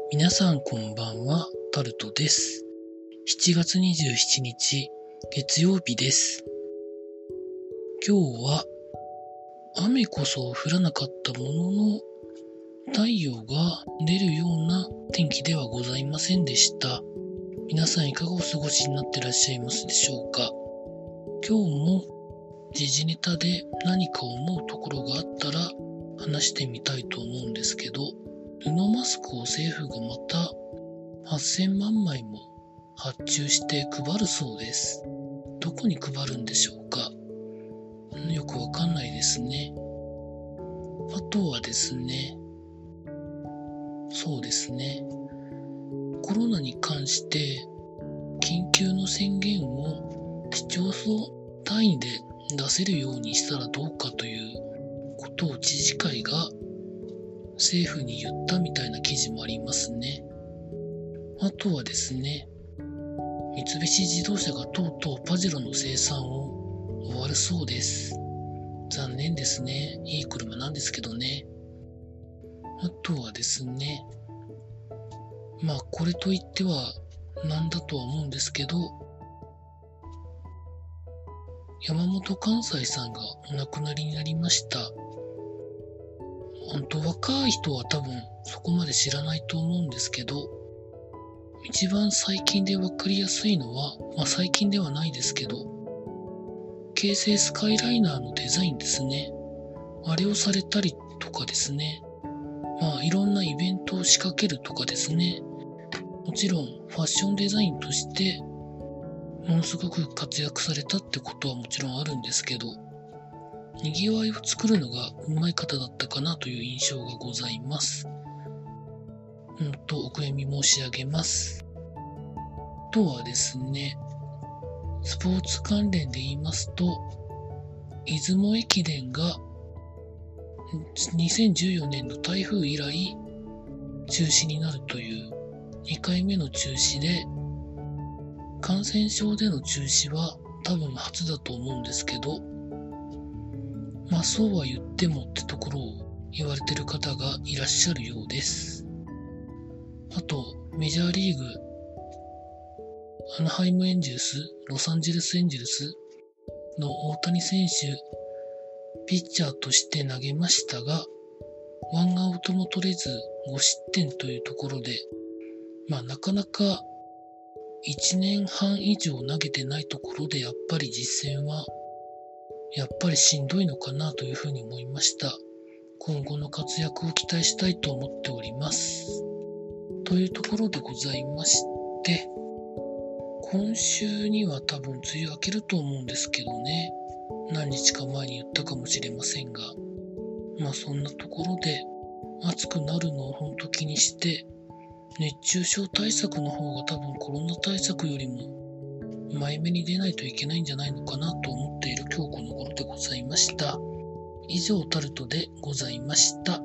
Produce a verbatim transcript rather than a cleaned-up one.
皆さんこんばんは、タルトです。しちがつにじゅうしちにち、月曜日です。今日は雨こそ降らなかったものの、太陽が出るような天気ではございませんでした。皆さんいかがお過ごしになってらっしゃいますでしょうか。今日も時事ネタで何か思うところがあったら話してみたいと思うんですけど、布マスクを政府がまたはっせんまんまいも発注して配るそうです。どこに配るんでしょうか。よくわかんないですね。あとはですね、そうですね、コロナに関して緊急の宣言を市町村単位で出せるようにしたらどうかということを知事会が政府に言ったみたいな記事もありますね。あとはですね、三菱自動車がとうとうパジェロの生産を終わるそうです。残念ですね。いい車なんですけどね。あとはですね、まあこれといってはなんだとは思うんですけど、山本寛斎さんがお亡くなりになりました。本当若い人は多分そこまで知らないと思うんですけど、一番最近でわかりやすいのは、まあ最近ではないですけど、京成スカイライナーのデザインですね。あれをされたりとかですね。まあいろんなイベントを仕掛けるとかですね。もちろんファッションデザインとしてものすごく活躍されたってことはもちろんあるんですけど、賑わいを作るのが上手い方だったかなという印象がございます。うんとお悔やみ申し上げます。あとはですね、スポーツ関連で言いますと、出雲駅伝がにせんじゅうよねんの台風以来中止になるというにかいめの中止で、感染症での中止は多分初だと思うんですけど、まあそうは言ってもってところを言われてる方がいらっしゃるようです。あとメジャーリーグ、アナハイムエンジェルス、ロサンゼルスエンジェルスの大谷選手、ピッチャーとして投げましたが、ワンアウトも取れずごしってんというところで、まあなかなかいちねんはん以上投げてないところでやっぱり実戦はやっぱりしんどいのかなというふうに思いました。今後の活躍を期待したいと思っております。というところでございまして、今週には多分梅雨明けると思うんですけどね。何日か前に言ったかもしれませんが、まあそんなところで暑くなるのを本当気にして、熱中症対策の方が多分コロナ対策よりも前目に出ないといけないんじゃないのかなと思っている今日この頃でございました。以上タルトでございました。